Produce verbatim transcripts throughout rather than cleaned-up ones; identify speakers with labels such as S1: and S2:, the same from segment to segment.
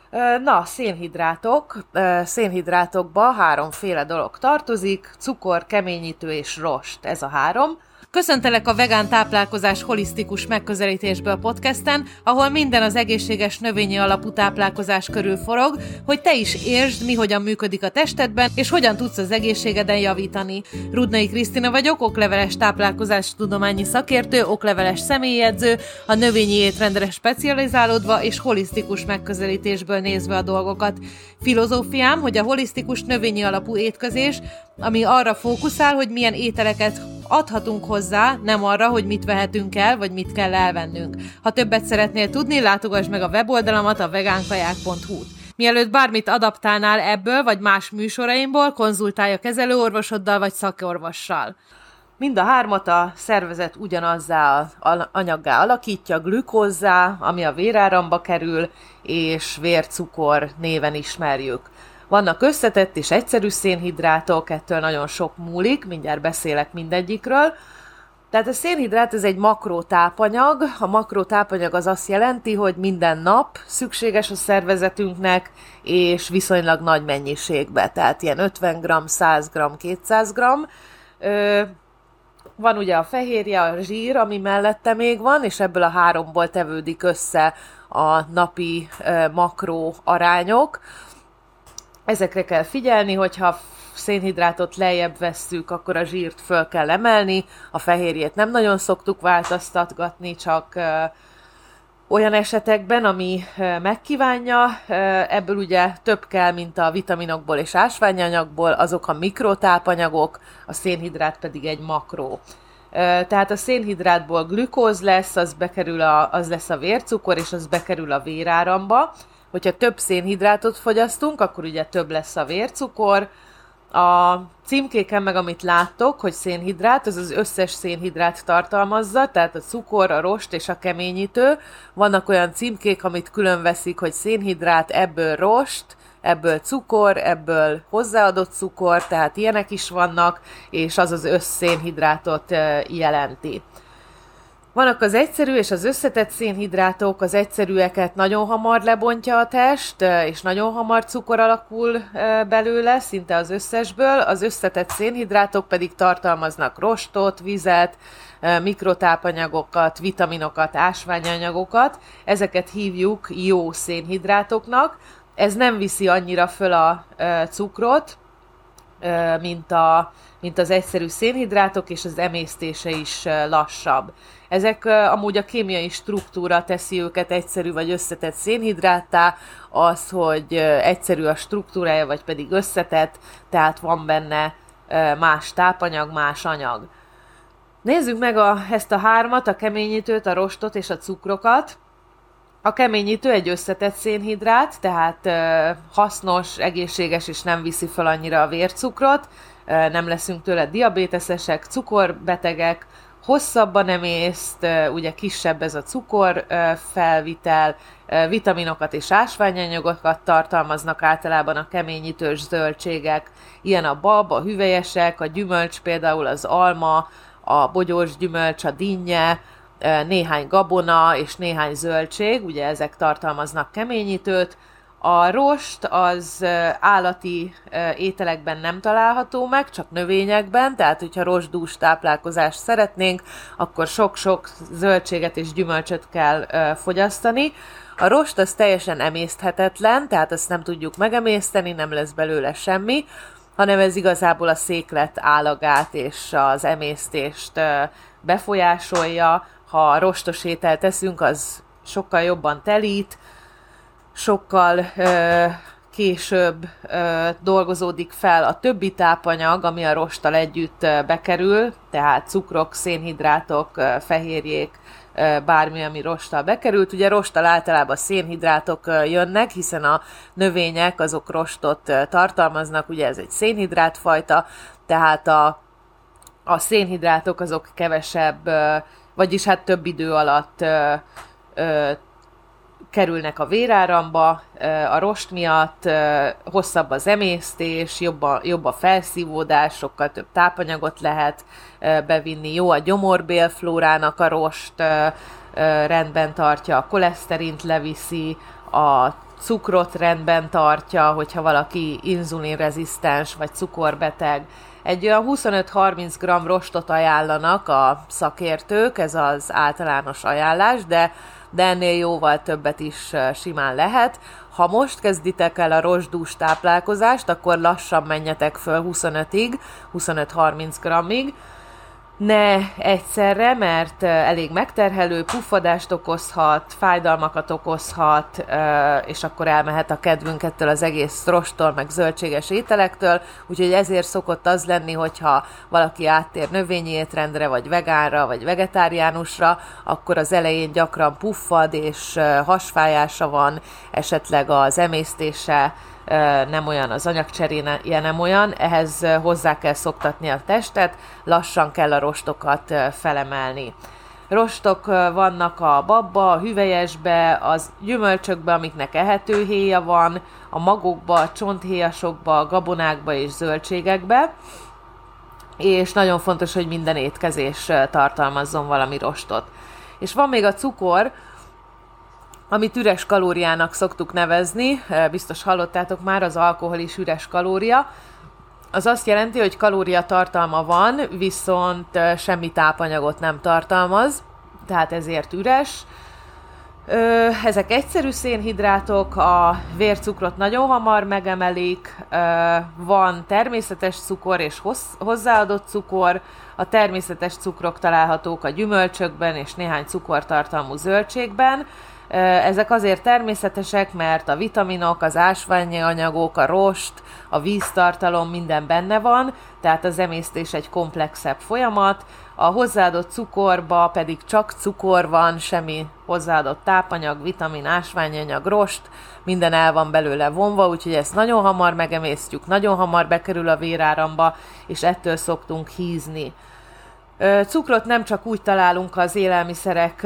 S1: Na, szénhidrátok. Szénhidrátokba háromféle dolog tartozik, cukor, keményítő és rost, ez a három.
S2: Köszöntelek a vegán táplálkozás holisztikus megközelítésből podcasten, ahol minden az egészséges növényi alapú táplálkozás körül forog, hogy te is értsd, mi hogyan működik a testedben, és hogyan tudsz az egészségeden javítani. Rudnai Krisztina vagyok, okleveles táplálkozás tudományi szakértő, okleveles személyedző, a növényi étrendre specializálódva és holisztikus megközelítésből nézve a dolgokat. Filozófiám, hogy a holisztikus növényi alapú étkezés, ami arra fókuszál, hogy milyen ételeket adhatunk hozzá, nem arra, hogy mit vehetünk el, vagy mit kell elvennünk. Ha többet szeretnél tudni, látogass meg a weboldalamat, a vegánkaják pont hu-t. Mielőtt bármit adaptálnál ebből, vagy más műsoraimból, konzultálj a kezelőorvosoddal, vagy szakorvossal.
S1: Mind a hármat a szervezet ugyanazzá az anyaggá alakítja, glükózzá, ami a véráramba kerül, és vércukor néven ismerjük. Vannak összetett és egyszerű szénhidrátok, ettől nagyon sok múlik, mindjárt beszélek mindegyikről. Tehát a szénhidrát ez egy makrótápanyag. A makrótápanyag az azt jelenti, hogy minden nap szükséges a szervezetünknek, és viszonylag nagy mennyiségben, tehát ilyen ötven gramm, száz gramm, kétszáz gramm. Van ugye a fehérje, a zsír, ami mellette még van, és ebből a háromból tevődik össze a napi makró arányok. Ezekre kell figyelni, hogyha szénhidrátot lejjebb vesszük, akkor a zsírt föl kell emelni, a fehérjét nem nagyon szoktuk változtatgatni, csak ö, olyan esetekben, ami ö, megkívánja. Ö, ebből ugye több kell, mint a vitaminokból és ásványanyagból, azok a mikrotápanyagok, a szénhidrát pedig egy makró. Ö, tehát a szénhidrátból glükóz lesz, az, bekerül a, az lesz a vércukor, és az bekerül a véráramba. Hogyha több szénhidrátot fogyasztunk, akkor ugye több lesz a vércukor. A címkéken meg, amit láttok, hogy szénhidrát, az az összes szénhidrát tartalmazza, tehát a cukor, a rost és a keményítő. Vannak olyan címkék, amit külön veszik, hogy szénhidrát, ebből rost, ebből cukor, ebből hozzáadott cukor, tehát ilyenek is vannak, és az az összszénhidrátot jelenti. Vannak az egyszerű és az összetett szénhidrátok, az egyszerűeket nagyon hamar lebontja a test, és nagyon hamar cukor alakul belőle, szinte az összesből, az összetett szénhidrátok pedig tartalmaznak rostot, vizet, mikrotápanyagokat, vitaminokat, ásványanyagokat, ezeket hívjuk jó szénhidrátoknak. Ez nem viszi annyira föl a cukrot, mint, a, mint az egyszerű szénhidrátok, és az emésztése is lassabb. Ezek amúgy a kémiai struktúra teszi őket egyszerű vagy összetett szénhidráttá, az, hogy egyszerű a struktúrája, vagy pedig összetett, tehát van benne más tápanyag, más anyag. Nézzük meg a, ezt a hármat, a keményítőt, a rostot és a cukrokat. A keményítő egy összetett szénhidrát, tehát ö, hasznos, egészséges és nem viszi fel annyira a vércukrot, ö, nem leszünk tőle diabéteszesek, cukorbetegek, hosszabban emészt, ö, ugye kisebb ez a cukor ö, felvitel, ö, vitaminokat és ásványanyagokat tartalmaznak általában a keményítős zöldségek, ilyen a bab, a hüvelyesek, a gyümölcs, például az alma, a bogyós gyümölcs, a dinnye, néhány gabona és néhány zöldség, ugye ezek tartalmaznak keményítőt. A rost az állati ételekben nem található meg, csak növényekben, tehát hogyha rostdús táplálkozást szeretnénk, akkor sok-sok zöldséget és gyümölcsöt kell fogyasztani. A rost az teljesen emészthetetlen, tehát azt nem tudjuk megemészteni, nem lesz belőle semmi, hanem ez igazából a széklet állagát és az emésztést befolyásolja. Ha rostos ételt teszünk, az sokkal jobban telít, sokkal ö, később ö, dolgozódik fel a többi tápanyag, ami a rosttal együtt ö, bekerül, tehát cukrok, szénhidrátok, ö, fehérjék, ö, bármi, ami rosttal bekerült. Ugye rosttal általában szénhidrátok ö, jönnek, hiszen a növények azok rostot ö, tartalmaznak, ugye ez egy szénhidrátfajta, tehát a, a szénhidrátok azok kevesebb, ö, vagyis hát több idő alatt ö, ö, kerülnek a véráramba, a rost miatt, hosszabb az emésztés, jobb a, jobb a felszívódás, sokkal több tápanyagot lehet bevinni, jó a gyomorbélflórának a rost, rendben tartja, a koleszterint leviszi, a cukrot rendben tartja, hogyha valaki inzulinrezisztens vagy cukorbeteg. Egy olyan huszonöt-harminc gramm rostot ajánlanak a szakértők, ez az általános ajánlás, de, de ennél jóval többet is simán lehet. Ha most kezditek el a rostdús táplálkozást, akkor lassan menjetek föl huszonötig, huszonöt-harminc grammig. Ne egyszerre, mert elég megterhelő, puffadást okozhat, fájdalmakat okozhat, és akkor elmehet a kedvünk ettől az egész rosttól, meg zöldséges ételektől, úgyhogy ezért szokott az lenni, hogyha valaki áttér növényi étrendre, vagy vegánra, vagy vegetáriánusra, akkor az elején gyakran puffad, és hasfájása van, esetleg az emésztése nem olyan, az anyagcseréje nem olyan, ehhez hozzá kell szoktatni a testet, lassan kell a rostokat felemelni. Rostok vannak a babba, a hüvelyesbe, az gyümölcsökbe, amiknek ehető héja van, a magokba, a csonthéjasokba, a gabonákba és zöldségekbe, és nagyon fontos, hogy minden étkezés tartalmazzon valami rostot. És van még a cukor, amit üres kalóriának szoktuk nevezni, biztos hallottátok már, az alkohol is üres kalória. Az azt jelenti, hogy kalóriatartalma van, viszont semmi tápanyagot nem tartalmaz, tehát ezért üres. Ezek egyszerű szénhidrátok, a vércukrot nagyon hamar megemelik, van természetes cukor és hozzáadott cukor, a természetes cukrok találhatók a gyümölcsökben és néhány cukortartalmú zöldségben. Ezek azért természetesek, mert a vitaminok, az ásványi anyagok, a rost, a víztartalom minden benne van, tehát az emésztés egy komplexebb folyamat. A hozzáadott cukorba pedig csak cukor van, semmi hozzáadott tápanyag, vitamin, ásványi anyag, rost, minden el van belőle vonva, úgyhogy ezt nagyon hamar megemésztjük, nagyon hamar bekerül a véráramba, és ettől szoktunk hízni. Cukrot nem csak úgy találunk az élelmiszerek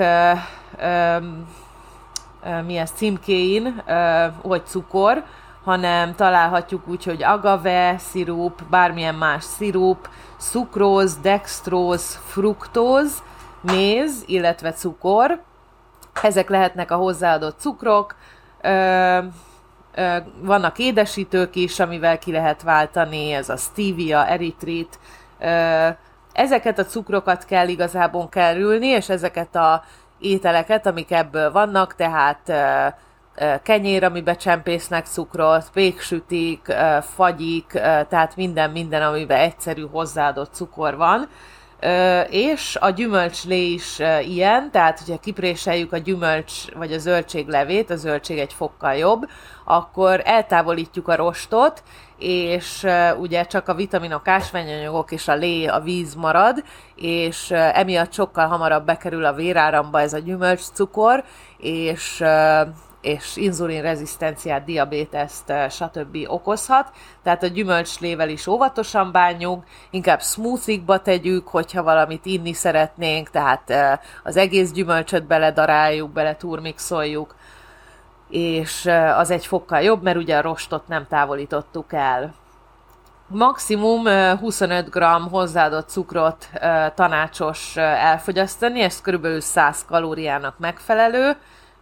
S1: mi ez címkéin, hogy cukor, hanem találhatjuk úgy, hogy agave, szirup, bármilyen más szirup, szukróz, dextróz, fruktóz, méz, illetve cukor. Ezek lehetnek a hozzáadott cukrok. Vannak édesítők is, amivel ki lehet váltani, ez a stevia, eritrit. Ezeket a cukrokat kell igazából kerülni, és ezeket a ételeket, amik ebből vannak, tehát kenyér, amiben csempésznek cukrot, péksütik, fagyik, tehát minden, minden, amiben egyszerű hozzáadott cukor van. És a gyümölcslé is ilyen, tehát hogyha kipréseljük a gyümölcs vagy a zöldség levét, a zöldség egy fokkal jobb, akkor eltávolítjuk a rostot, és ugye csak a vitaminok, ásványanyagok és a lé, a víz marad, és emiatt sokkal hamarabb bekerül a véráramba ez a gyümölcscukor, és és inzulinrezisztenciát, diabéteszt, stb. Okozhat. Tehát a gyümölcslével is óvatosan bánjunk, inkább smoothie-ba tegyük, hogyha valamit inni szeretnénk, tehát az egész gyümölcsöt beledaráljuk, bele turmixoljuk, és az egy fokkal jobb, mert ugye a rostot nem távolítottuk el. Maximum huszonöt gramm hozzáadott cukrot tanácsos elfogyasztani, ez körülbelül száz kalóriának megfelelő.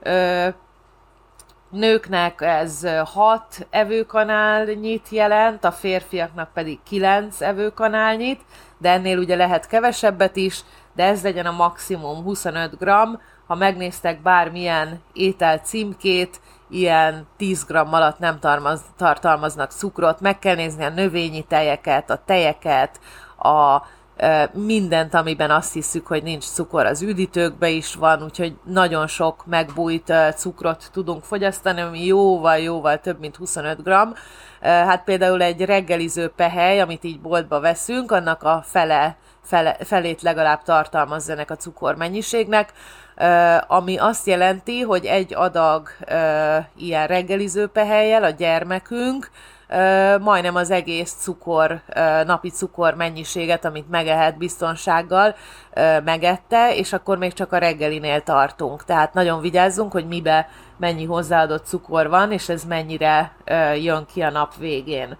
S1: Nőknek ez hat evőkanálnyit jelent, a férfiaknak pedig kilenc evőkanálnyit, de ennél ugye lehet kevesebbet is, de ez legyen a maximum huszonöt gramm. Ha megnéztek bármilyen étel címkét, ilyen tíz gramm alatt nem tartalmaznak cukrot, meg kell nézni a növényi tejeket, a tejeket, a mindent, amiben azt hiszük, hogy nincs cukor, az üdítőkben is van, úgyhogy nagyon sok megbújt cukrot tudunk fogyasztani, ami jóval-jóval több, mint huszonöt gramm. Hát például egy reggeliző pehely, amit így boltba veszünk, annak a fele, fele, felét legalább tartalmazza ennek a cukormennyiségnek, ami azt jelenti, hogy egy adag ilyen reggeliző pehellyel a gyermekünk majdnem az egész cukor, napi cukor mennyiséget, amit megehet biztonsággal, megette, és akkor még csak a reggelinél tartunk. Tehát nagyon vigyázzunk, hogy mibe mennyi hozzáadott cukor van, és ez mennyire jön ki a nap végén.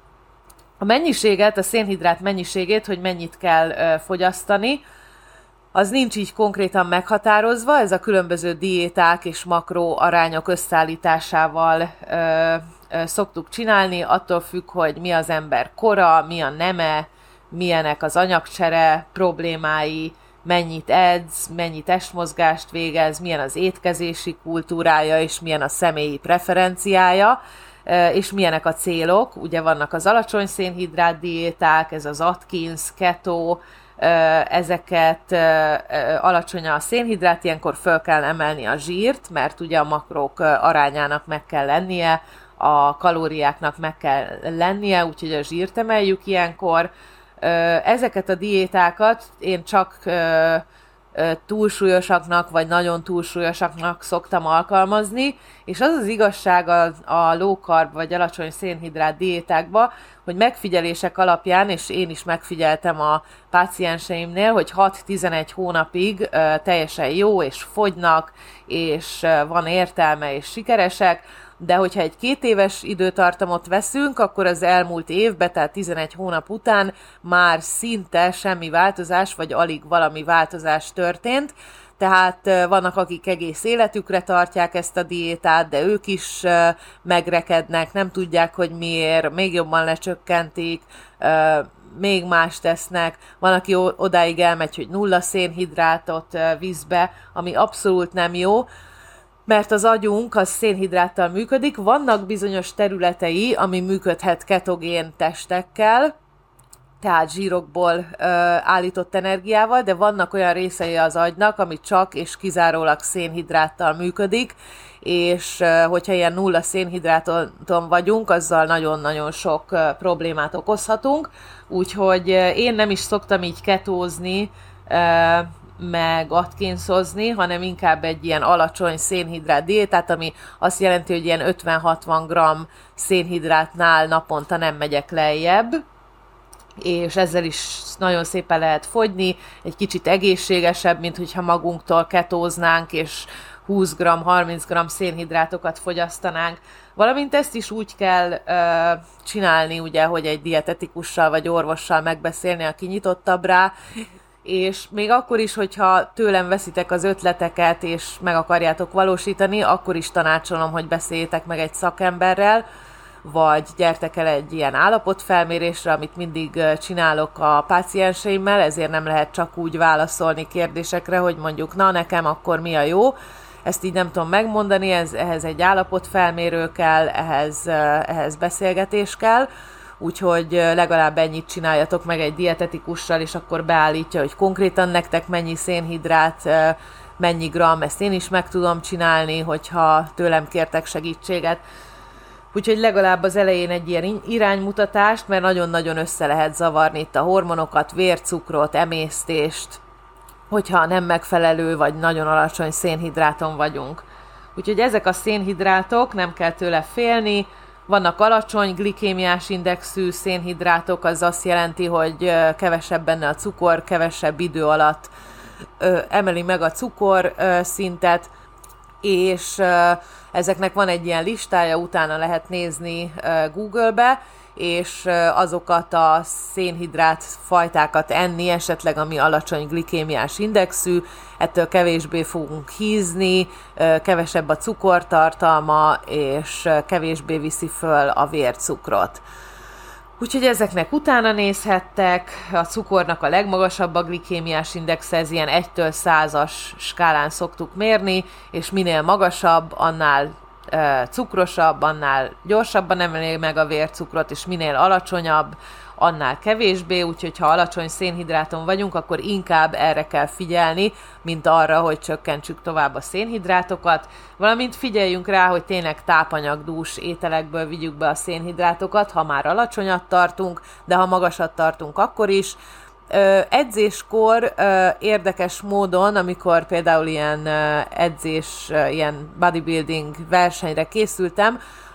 S1: A mennyiséget, a szénhidrát mennyiségét, hogy mennyit kell fogyasztani, az nincs így konkrétan meghatározva, ez a különböző diéták és makró arányok összeállításával ö, ö, szoktuk csinálni, attól függ, hogy mi az ember kora, mi a neme, milyenek az anyagcsere problémái, mennyit edz, mennyi testmozgást végez, milyen az étkezési kultúrája, és milyen a személyi preferenciája, és milyenek a célok. Ugye vannak az alacsony szénhidrát diéták, ez az Atkins, keto, ezeket alacsony a szénhidrát, ilyenkor föl kell emelni a zsírt, mert ugye a makrók arányának meg kell lennie, a kalóriáknak meg kell lennie, úgyhogy a zsírt emeljük ilyenkor. Ezeket a diétákat én csak túlsúlyosaknak, vagy nagyon túlsúlyosaknak szoktam alkalmazni, és az az igazság a, a low carb, vagy alacsony szénhidrát diétákban, hogy megfigyelések alapján, és én is megfigyeltem a pácienseimnél, hogy hat-tizenegy hónapig ö, teljesen jó, és fogynak, és ö, van értelme, és sikeresek, de hogyha egy két éves időtartamot veszünk, akkor az elmúlt évben, tehát tizenegy hónap után már szinte semmi változás, vagy alig valami változás történt. Tehát vannak, akik egész életükre tartják ezt a diétát, de ők is megrekednek, nem tudják, hogy miért, még jobban lecsökkentik, még más tesznek. Van, aki odáig elmegy, hogy nulla szénhidrátot visz be, ami abszolút nem jó, mert az agyunk az szénhidráttal működik. Vannak bizonyos területei, ami működhet ketogén testekkel, tehát zsírokból ö, állított energiával, de vannak olyan részei az agynak, ami csak és kizárólag szénhidráttal működik, és ö, hogyha ilyen nulla szénhidráton vagyunk, azzal nagyon-nagyon sok ö, problémát okozhatunk, úgyhogy ö, én nem is szoktam így ketózni, ö, meg Atkinsozni, hanem inkább egy ilyen alacsony szénhidrát diétát, ami azt jelenti, hogy ilyen ötven-hatvan gramm szénhidrátnál naponta nem megyek lejjebb, és ezzel is nagyon szépen lehet fogyni, egy kicsit egészségesebb, mint hogyha magunktól ketóznánk, és húsz gramm, harminc gramm szénhidrátokat fogyasztanánk. Valamint ezt is úgy kell ö, csinálni, ugye, hogy egy dietetikussal vagy orvossal megbeszélni, aki nyitottabb rá, és még akkor is, hogyha tőlem veszitek az ötleteket, és meg akarjátok valósítani, akkor is tanácsolom, hogy beszéljétek meg egy szakemberrel, vagy gyertek el egy ilyen állapotfelmérésre, amit mindig csinálok a pácienseimmel, ezért nem lehet csak úgy válaszolni kérdésekre, hogy mondjuk, na nekem akkor mi a jó. Ezt így nem tudom megmondani, ez, ehhez egy állapotfelmérő kell, ehhez, ehhez beszélgetés kell, úgyhogy legalább ennyit csináljatok meg egy dietetikussal, és akkor beállítja, hogy konkrétan nektek mennyi szénhidrát, mennyi gram, ezt én is meg tudom csinálni, hogyha tőlem kértek segítséget. Úgyhogy legalább az elején egy ilyen iránymutatást, mert nagyon-nagyon össze lehet zavarni itt a hormonokat, vércukrot, emésztést, hogyha nem megfelelő vagy nagyon alacsony szénhidráton vagyunk. Úgyhogy ezek a szénhidrátok, nem kell tőle félni, vannak alacsony glikémiás indexű szénhidrátok, az azt jelenti, hogy kevesebb benne a cukor, kevesebb idő alatt emeli meg a cukor szintet, és ezeknek van egy ilyen listája, utána lehet nézni Google-be, és azokat a szénhidrát fajtákat enni, esetleg ami alacsony glikémiás indexű, ettől kevésbé fogunk hízni, kevesebb a cukortartalma, és kevésbé viszi föl a vércukrot. Úgyhogy ezeknek utána nézhettek, a cukornak a legmagasabb a glikémiás indexe, ez ilyen egytől százas skálán szoktuk mérni, és minél magasabb, annál e, cukrosabb, annál gyorsabban emeli meg a vércukrot, és minél alacsonyabb, annál kevésbé, úgyhogy ha alacsony szénhidráton vagyunk, akkor inkább erre kell figyelni, mint arra, hogy csökkentsük tovább a szénhidrátokat, valamint figyeljünk rá, hogy tényleg tápanyagdús ételekből vigyük be a szénhidrátokat, ha már alacsonyat tartunk, de ha magasat tartunk, akkor is. Ö, edzéskor ö, érdekes módon, amikor például ilyen ö, edzés, ö, ilyen bodybuilding versenyre készültem,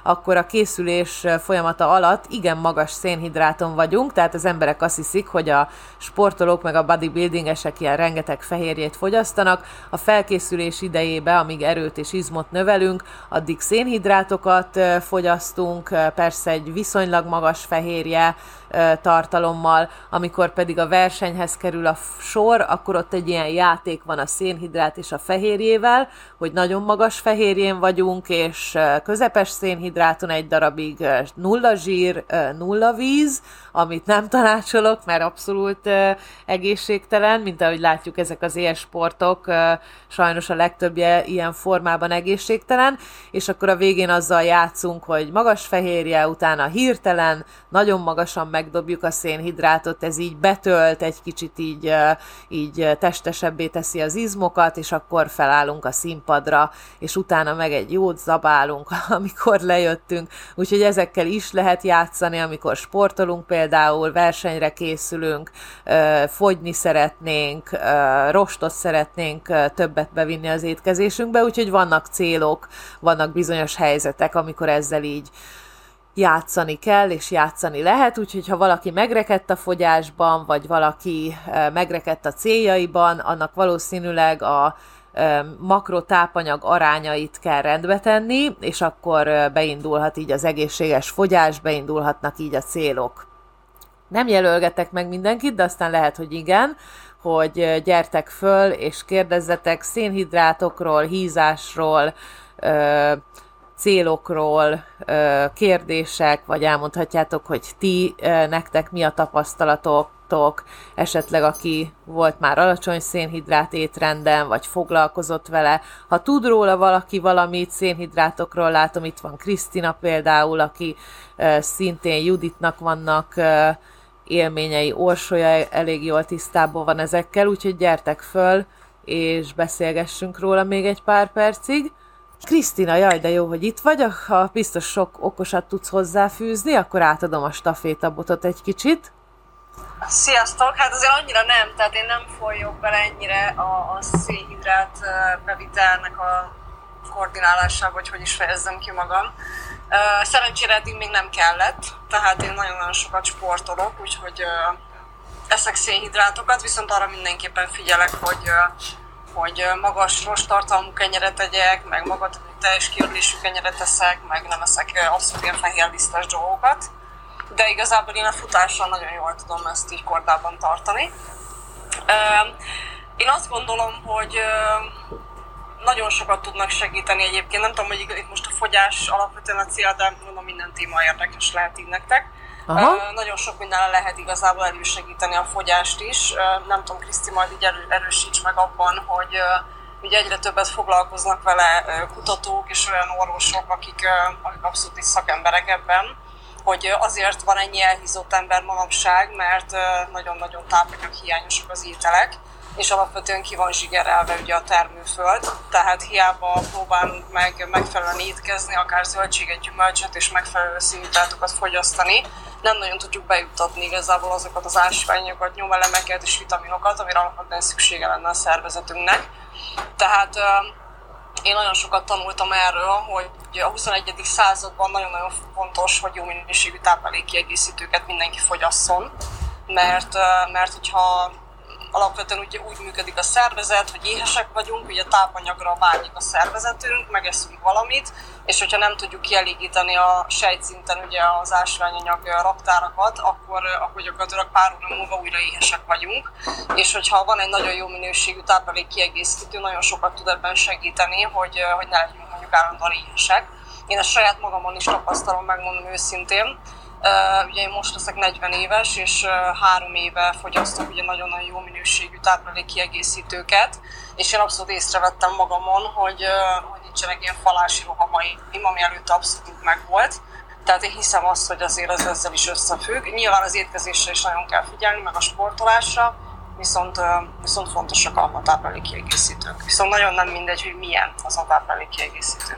S1: akkor a készülés folyamata alatt igen magas szénhidráton vagyunk, tehát az emberek azt hiszik, hogy a sportolók meg a bodybuildingesek ilyen rengeteg fehérjét fogyasztanak. A felkészülés idejében, amíg erőt és izmot növelünk, addig szénhidrátokat fogyasztunk, persze egy viszonylag magas fehérje tartalommal, amikor pedig a versenyhez kerül a sor, akkor ott egy ilyen játék van a szénhidrát és a fehérjével, hogy nagyon magas fehérjén vagyunk, és közepes szénhidráton egy darabig nulla zsír, nulla víz, amit nem tanácsolok, mert abszolút egészségtelen, mint ahogy látjuk, ezek az élsportok, sajnos a legtöbbje ilyen formában egészségtelen, és akkor a végén azzal játszunk, hogy magas fehérje, utána hirtelen, nagyon magasan megdobjuk a szénhidrátot, ez így betölt, egy kicsit így, így testesebbé teszi az izmokat, és akkor felállunk a színpadra, és utána meg egy jót zabálunk, amikor lejöttünk. Úgyhogy ezekkel is lehet játszani, amikor sportolunk például, versenyre készülünk, fogyni szeretnénk, rostot szeretnénk többet bevinni az étkezésünkbe, úgyhogy vannak célok, vannak bizonyos helyzetek, amikor ezzel így játszani kell, és játszani lehet, úgyhogy ha valaki megrekedt a fogyásban, vagy valaki megrekedt a céljaiban, annak valószínűleg a makrotápanyag arányait kell rendbe tenni, és akkor beindulhat így az egészséges fogyás, beindulhatnak így a célok. Nem jelölgetek meg mindenkit, de aztán lehet, hogy igen, hogy gyertek föl, és kérdezzetek szénhidrátokról, hízásról, célokról, kérdések, vagy elmondhatjátok, hogy ti, nektek mi a tapasztalatotok, esetleg aki volt már alacsony szénhidrát étrenden, vagy foglalkozott vele. Ha tud róla valaki valamit szénhidrátokról, látom, itt van Krisztina például, aki szintén Juditnak vannak élményei, Orsolya elég jól tisztában van ezekkel, úgyhogy gyertek föl, és beszélgessünk róla még egy pár percig. Krisztina, jaj, de jó, hogy itt vagy, ha biztos sok okosat tudsz hozzáfűzni, akkor átadom a stafétabotot egy kicsit.
S3: Sziasztok! Hát azért annyira nem, tehát én nem folyok bele ennyire a, a szénhidrát bevitelnek a koordinálásába, vagy hogy is fejezzem ki magam. Szerencsére eddig még nem kellett, tehát én nagyon-nagyon sokat sportolok, úgyhogy eszek szénhidrátokat, viszont arra mindenképpen figyelek, hogy hogy magas rosttartalmú kenyeret tegyek, meg magas teljes kiörlésű kenyeret eszek, meg nem eszek abszolút ilyen fehérlisztes dolgokat. De igazából én a futással nagyon jól tudom ezt így kordában tartani. Én azt gondolom, hogy nagyon sokat tudnak segíteni egyébként. Nem tudom, hogy itt most a fogyás alapvetően a cél, de mondom, minden téma érdekes lehet így nektek. Uh, nagyon sok mindenre lehet igazából elősegíteni a fogyást is. Uh, nem tudom, Kriszti, majd így erő, erősíts meg abban, hogy uh, ugye egyre többet foglalkoznak vele uh, kutatók és olyan orvosok, akik, uh, akik abszolút is szakemberek ebben, hogy uh, azért van ennyi elhízott ember manapság, mert uh, nagyon-nagyon tápanyag hiányosak az ételek, és alapvetően ki van zsigerelve ugye a termőföld, tehát hiába próbálunk meg megfelelően étkezni, akár zöldséget, gyümölcsöt és megfelelő szénhidrátokat fogyasztani, nem nagyon tudjuk bejuttatni igazából azokat az ásványokat, nyomelemeket és vitaminokat, amire alapvetően szüksége lenne a szervezetünknek. Tehát én nagyon sokat tanultam erről, hogy a huszonegyedik században nagyon-nagyon fontos, hogy jó minőségű táplálékkiegészítőket mindenki fogyasszon, mert, mert hogyha alapvetően úgy, úgy működik a szervezet, hogy éhesek vagyunk, ugye tápanyagra vágyik a szervezetünk, megeszünk valamit, és hogyha nem tudjuk kielégíteni a sejtszinten ugye az ásványanyag raktárakat, akkor, akkor gyakorlatilag pár óra múlva újra éhesek vagyunk. És hogyha van egy nagyon jó minőségű táplálékkiegészítő, nagyon sokat tud ebben segíteni, hogy, hogy ne legyünk mondjuk állandóan éhesek. Én ezt saját magamon is tapasztalom, megmondom őszintén. Uh, ugye én most leszek negyven éves, és uh, három éve fogyasztok ugye nagyon-nagyon jó minőségű táplálékkiegészítőket, és én abszolút észrevettem magamon, hogy, uh, hogy nincsenek ilyen falási rohamaim, ami előtte abszolút megvolt. Tehát én hiszem azt, hogy azért ez ezzel is összefügg. Nyilván az étkezésre is nagyon kell figyelni, meg a sportolásra, viszont, uh, viszont fontosak a táplálékkiegészítők. Viszont nagyon nem mindegy, hogy milyen az a táplálékkiegészítő.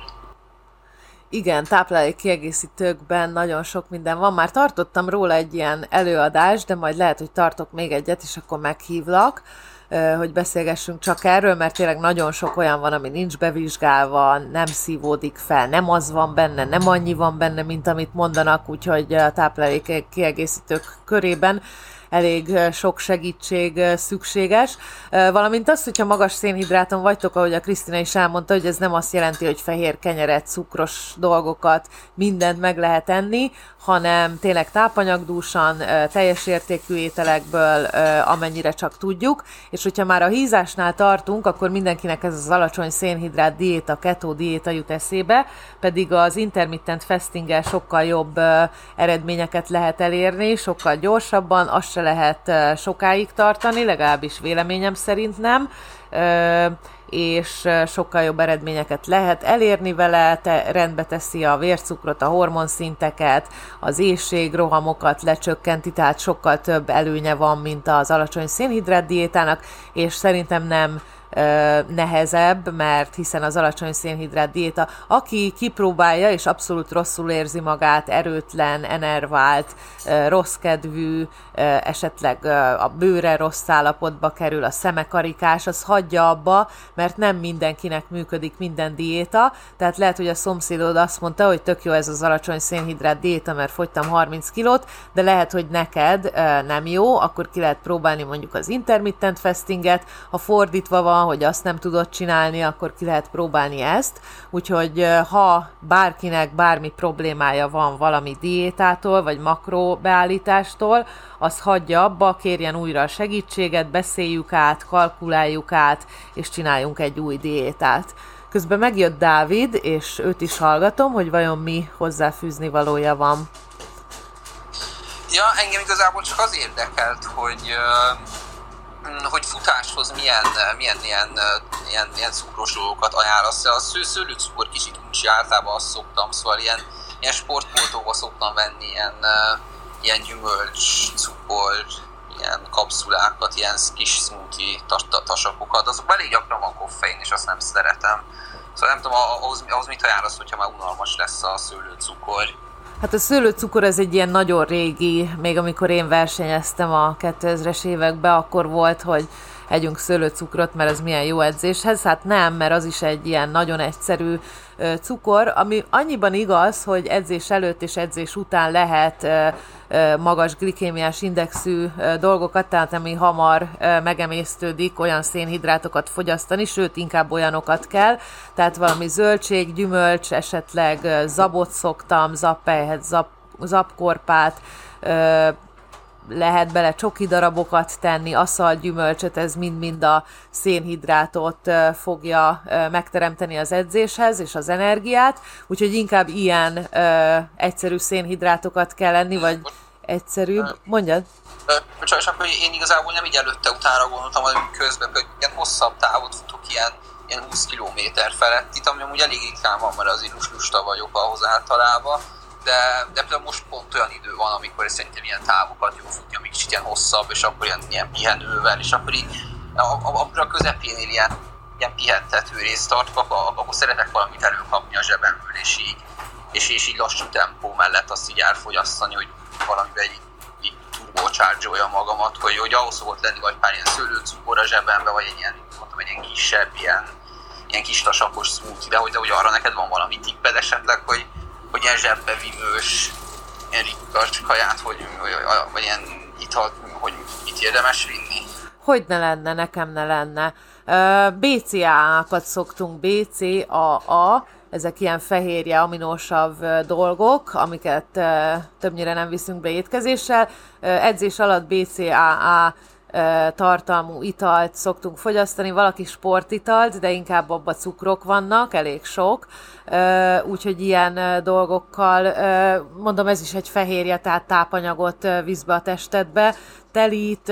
S1: Igen, táplálékkiegészítőkben nagyon sok minden van. Már tartottam róla egy ilyen előadást, de majd lehet, hogy tartok még egyet, és akkor meghívlak. hogy beszélgessünk csak erről, mert tényleg nagyon sok olyan van, ami nincs bevizsgálva, nem szívódik fel, nem az van benne, nem annyi van benne, mint amit mondanak, úgyhogy a táplálék kiegészítők körében elég sok segítség szükséges. Valamint az, hogyha magas szénhidráton vagytok, ahogy a Krisztina is elmondta, hogy ez nem azt jelenti, hogy fehér kenyeret, cukros dolgokat, mindent meg lehet enni, hanem tényleg tápanyagdúsan, teljes értékű ételekből, amennyire csak tudjuk, és hogyha már a hízásnál tartunk, akkor mindenkinek ez az alacsony szénhidrát diéta, keto diéta jut eszébe, pedig az intermittent fastinggel sokkal jobb eredményeket lehet elérni, sokkal gyorsabban, azt se lehet sokáig tartani, legalábbis véleményem szerint nem, és sokkal jobb eredményeket lehet elérni vele, te, rendbe teszi a vércukrot, a hormonszinteket, az éhség, rohamokat lecsökkenti, tehát sokkal több előnye van, mint az alacsony szénhidrát diétának, és szerintem nem nehezebb, mert hiszen az alacsony szénhidrát diéta, aki kipróbálja és abszolút rosszul érzi magát, erőtlen, enervált, rossz kedvű, esetleg a bőre rossz állapotba kerül, a szeme karikás, az hagyja abba, mert nem mindenkinek működik minden diéta, tehát lehet, hogy a szomszédod azt mondta, hogy tök jó ez az alacsony szénhidrát diéta, mert fogytam harminc kilót, de lehet, hogy neked nem jó, akkor ki lehet próbálni mondjuk az intermittent fastinget, ha fordítva van, hogy azt nem tudod csinálni, akkor ki lehet próbálni ezt. Úgyhogy ha bárkinek bármi problémája van valami diétától, vagy makróbeállítástól, az hagyja abba, kérjen újra a segítséget, beszéljük át, kalkuláljuk át, és csináljunk egy új diétát. Közben megjött Dávid, és őt is hallgatom, hogy vajon mi hozzáfűzni valója van.
S4: Ja, engem igazából csak az érdekelt, hogy... Uh... hogy futáshoz milyen, milyen ilyen, ilyen, ilyen cukros dolgokat ajánlasz. A sző, szőlőcukor kicsit uncsi, általában azt szoktam, szóval ilyen, ilyen sportboltóba szoktam venni ilyen, ilyen gyümölcs, cukor, ilyen kapszulákat, ilyen kis smoothie tasakokat. Azok elég gyakran van koffein, és azt nem szeretem. Szóval nem tudom, ahhoz, ahhoz mit ajánlasz, hogyha már unalmas lesz a szőlőcukor?
S1: Hát a szőlőcukor ez egy ilyen nagyon régi, még amikor én versenyeztem a kétezres években, akkor volt, hogy együnk szőlőcukrot, mert ez milyen jó edzéshez. Hát nem, mert az is egy ilyen nagyon egyszerű cukor, ami annyiban igaz, hogy edzés előtt és edzés után lehet magas glikémiás indexű dolgokat, tehát ami hamar megemésztődik, olyan szénhidrátokat fogyasztani, sőt, inkább olyanokat kell, tehát valami zöldség, gyümölcs, esetleg zabot szoktam, zappelyhet, zap, zapkorpát, lehet bele csoki darabokat tenni, aszalt, gyümölcsöt, ez mind-mind a szénhidrátot fogja megteremteni az edzéshez, és az energiát, úgyhogy inkább ilyen ö, egyszerű szénhidrátokat kell enni, vagy egyszerűbb. Mondjad?
S4: Csak akkor én igazából nem így előtte utána gondoltam, hogy közben hogy ilyen hosszabb távot futok, ilyen, ilyen húsz kilométer felett, itt ami amúgy elég ritkán van, mert azért lusta vagyok ahhoz általában. De, de például most pont olyan idő van, amikor szerintem ilyen távokat jó futni, amik kicsit ilyen hosszabb, és akkor ilyen, ilyen pihenővel, és akkor így a, a, a közepénél ilyen, ilyen pihentető részt tartok, akkor, akkor szeretek valamit előkapni a zsebemből, és így, és, és így lassú tempó mellett azt így elfogyasztani, hogy valamiben így, így turbocharge-olja magamat, hogy, hogy ahhoz szokott lenni vagy pár ilyen szőlőcukor a zsebembe, vagy egy ilyen, mondtam, egy ilyen kisebb, ilyen, ilyen kis tasakos smoothie, de hogy, de hogy arra neked van valami tipped esetleg, hogy hogy ilyen zsebbevívős, ilyen rikas kaját, hogy, vagy, vagy ilyen italt, hogy mit érdemes vinni?
S1: Hogy ne lenne, nekem ne lenne. bé cé á á-kat szoktunk, bé cé á á, ezek ilyen fehérje, aminósav dolgok, amiket többnyire nem viszünk be étkezéssel. Edzés alatt bé cé á á tartalmú italt szoktunk fogyasztani, valaki sportitalt, de inkább abban cukrok vannak, elég sok, úgyhogy ilyen dolgokkal, mondom, ez is egy fehérje, tehát tápanyagot visz be a testedbe, telít,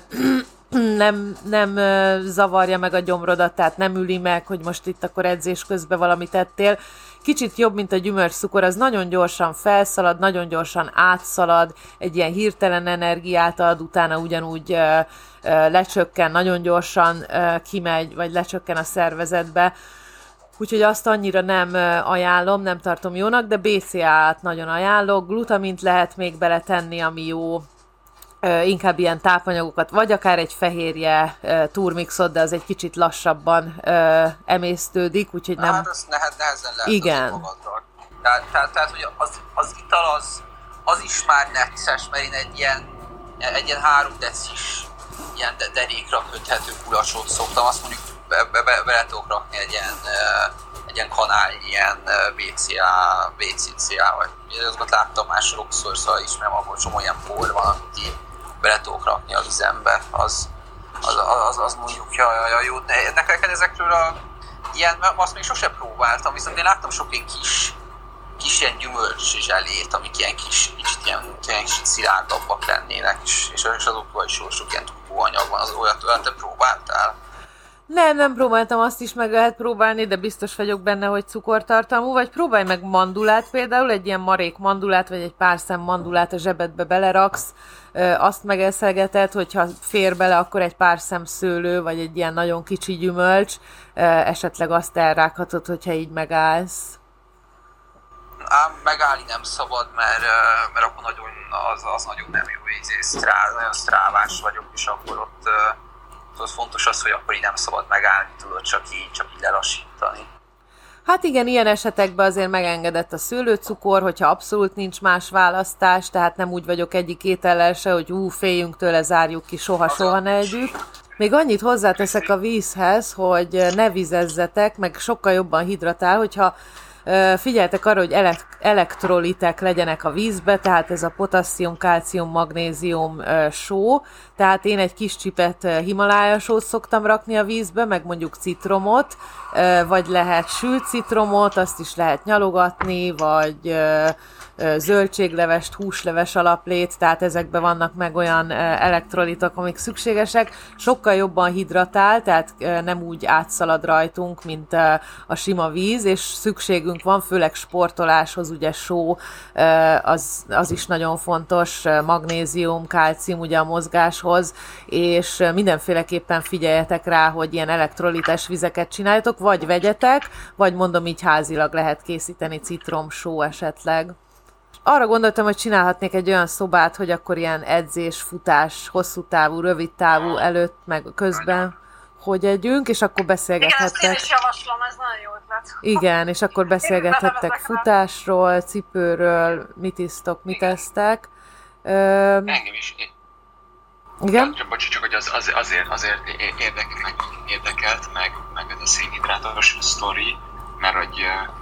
S1: nem, nem zavarja meg a gyomrodat, tehát nem üli meg, hogy most itt akkor edzés közben valamit ettél. Kicsit jobb, mint a gyümölcsszukor, az nagyon gyorsan felszalad, nagyon gyorsan átszalad, egy ilyen hirtelen energiát ad, utána ugyanúgy ö, ö, lecsökken, nagyon gyorsan ö, kimegy, vagy lecsökken a szervezetbe. Úgyhogy azt annyira nem ajánlom, nem tartom jónak, de bé cé á á-t nagyon ajánlok. Glutamint lehet még beletenni, ami jó. inkább ilyen tápanyagokat, vagy akár egy fehérje turmixot, de az egy kicsit lassabban emésztődik, úgyhogy nem...
S4: Hát azt nehez, nehezen lehet
S1: igen.
S4: magadra. Tehát, tehát, tehát hogy az, az ital az, az is már necces, mert én egy ilyen, egy ilyen három decis ilyen derékra köthető kulacsot szoktam, azt mondjuk be, be, be, be tudok rakni egy ilyen, egy ilyen kanál, ilyen bé cé á, bé cé cé á, vagy azokat láttam már sokszor, szóval ismerem, ahol csomó ilyen por van, amit így bele tudok rakni a vizembe, az, az, az, az mondjuk, ja, ja, ja, jó, de neked ezekről a ilyen, azt még sosem próbáltam, viszont én láttam sok ilyen kis, kis ilyen gyümölcs zselét, amik ilyen kis, kicsit ilyen, ilyen kicsit szilárdabbak lennének, és, és azokból is sok ilyen turbóanyag van, az olyat, olyat te próbáltál?
S1: Nem, nem próbáltam, azt is meg lehet próbálni, de biztos vagyok benne, hogy cukortartalmú, vagy próbálj meg mandulát például, egy ilyen marék mandulát, vagy egy pár szem mandulát a zsebedbe beleraksz, azt megeszelgeted, hogyha fér bele, akkor egy pár szem szőlő, vagy egy ilyen nagyon kicsi gyümölcs, esetleg azt elrághatod, hogyha így megállsz.
S4: Ám megállni nem szabad, mert, mert akkor nagyon, az, az nagyon nem jó ízés, nagyon sztrávás vagyok, és akkor ott az fontos az, hogy akkor így nem szabad megállni, tudod, csak így, csak így lelassítani.
S1: Hát igen, ilyen esetekben azért megengedett a szőlőcukor, hogyha abszolút nincs más választás, tehát nem úgy vagyok egyik étellel se, hogy ú, féljünk tőle, zárjuk ki, soha-soha ne együtt. Még annyit hozzáteszek a vízhez, hogy ne vizezzetek, meg sokkal jobban hidratál, hogyha figyeltek arra, hogy elek- elektrolitek legyenek a vízbe, tehát ez a potasszium, kálcium, magnézium só, tehát én egy kis csipet Himalája sót szoktam rakni a vízbe, meg mondjuk citromot, vagy lehet sült citromot, azt is lehet nyalogatni, vagy zöldséglevest, húsleves alaplét, tehát ezekben vannak meg olyan elektrolitok, amik szükségesek, sokkal jobban hidratál, tehát nem úgy átszalad rajtunk, mint a sima víz, és szükségünk van, főleg sportoláshoz, ugye só, az, az is nagyon fontos, magnézium, kálcium ugye a mozgáshoz, és mindenféleképpen figyeljetek rá, hogy ilyen elektrolites vizeket csináljatok, vagy vegyetek, vagy mondom így házilag lehet készíteni citromsó esetleg. Arra gondoltam, hogy csinálhatnék egy olyan szobát, hogy akkor ilyen edzés, futás, hosszú távú, rövid távú előtt, meg közben, hogy együnk, és akkor beszélgethettek.
S3: Igen, ezt én is javaslom, ez nagyon jó ötlet.
S1: Igen, és akkor beszélgethettek futásról, cipőről, mit isztok, mit esztek. Ö...
S5: Engem is.
S1: Igen?
S5: Csak, bocs, csak hogy az, az, azért, azért érdekel, meg, érdekelt, meg, meg ez a szénhidrátos sztori, mert hogy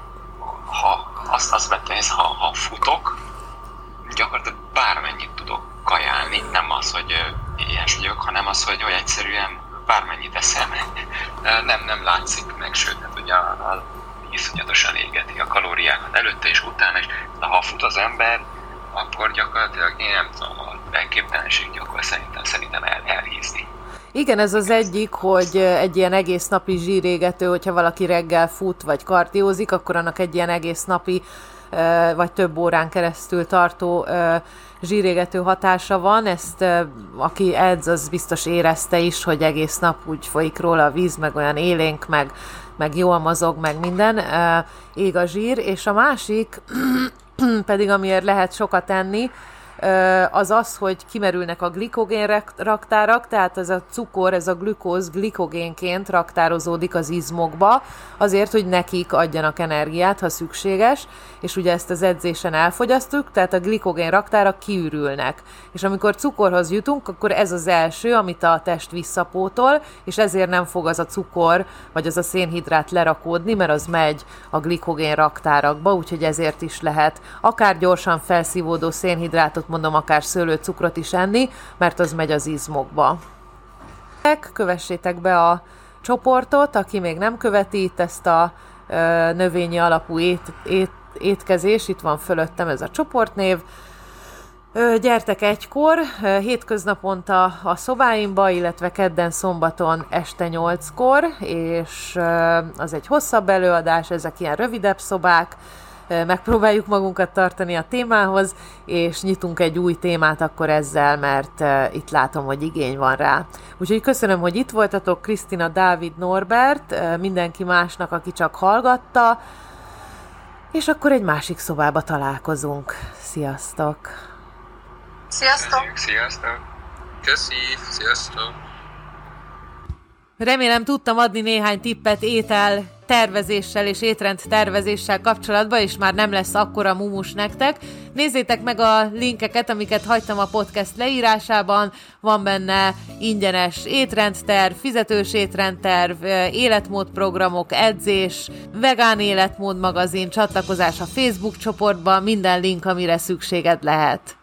S5: ha azt, azt vettem, hogy ha, ha futok, gyakorlatilag bármennyit tudok kajálni, nem az, hogy éhes vagyok, hanem az, hogy, hogy egyszerűen bármennyit eszem, nem, nem látszik meg, sőt, hát ugye a, a, iszonyatosan égeti a kalóriákat előtte és utána is, de ha fut az ember, akkor gyakorlatilag én nem tudom, a elképtelenség gyakorlatilag szerintem, szerintem el, elhízni.
S1: Igen, ez az egyik, hogy egy ilyen egész napi zsírégető, hogyha valaki reggel fut vagy kardiózik, akkor annak egy ilyen egész napi vagy több órán keresztül tartó zsírégető hatása van. Ezt aki edz, az biztos érezte is, hogy egész nap úgy folyik róla a víz, meg olyan élénk, meg, meg jól mozog, meg minden, ég a zsír. És a másik pedig, amiért lehet sokat enni, az az, hogy kimerülnek a glikogén raktárak, tehát ez a cukor, ez a glükóz glikogénként raktározódik az izmokba, azért, hogy nekik adjanak energiát, ha szükséges, és ugye ezt az edzésen elfogyasztjuk, tehát a glikogén raktárak kiürülnek. És amikor cukorhoz jutunk, akkor ez az első, amit a test visszapótol, és ezért nem fog az a cukor, vagy az a szénhidrát lerakódni, mert az megy a glikogén raktárakba, úgyhogy ezért is lehet akár gyorsan felszívódó szénhidrátot, mondom, akár szőlőcukrot is enni, mert az megy az izmokba. Kövessétek be a csoportot, aki még nem követi itt ezt a ö, növényi alapú ét, ét, étkezés, itt van fölöttem ez a csoportnév. Ö, gyertek egykor, ö, hétköznaponta a szobáimba, illetve kedden szombaton este nyolckor, és ö, az egy hosszabb előadás, ezek ilyen rövidebb szobák, megpróbáljuk magunkat tartani a témához, és nyitunk egy új témát akkor ezzel, mert uh, itt látom, hogy igény van rá. Úgyhogy köszönöm, hogy itt voltatok, Krisztina, Dávid, Norbert, uh, mindenki másnak, aki csak hallgatta, és akkor egy másik szobába találkozunk. Sziasztok!
S3: Sziasztok!
S5: Sziasztok!
S4: Köszi, sziasztok!
S2: Remélem tudtam adni néhány tippet étel tervezéssel és étrend tervezéssel kapcsolatban, és már nem lesz akkora mumus nektek. Nézzétek meg a linkeket, amiket hagytam a podcast leírásában. Van benne ingyenes étrendterv, fizetős étrendterv, életmódprogramok, edzés, vegán életmód magazin, csatlakozás a Facebook csoportba, minden link, amire szükséged lehet.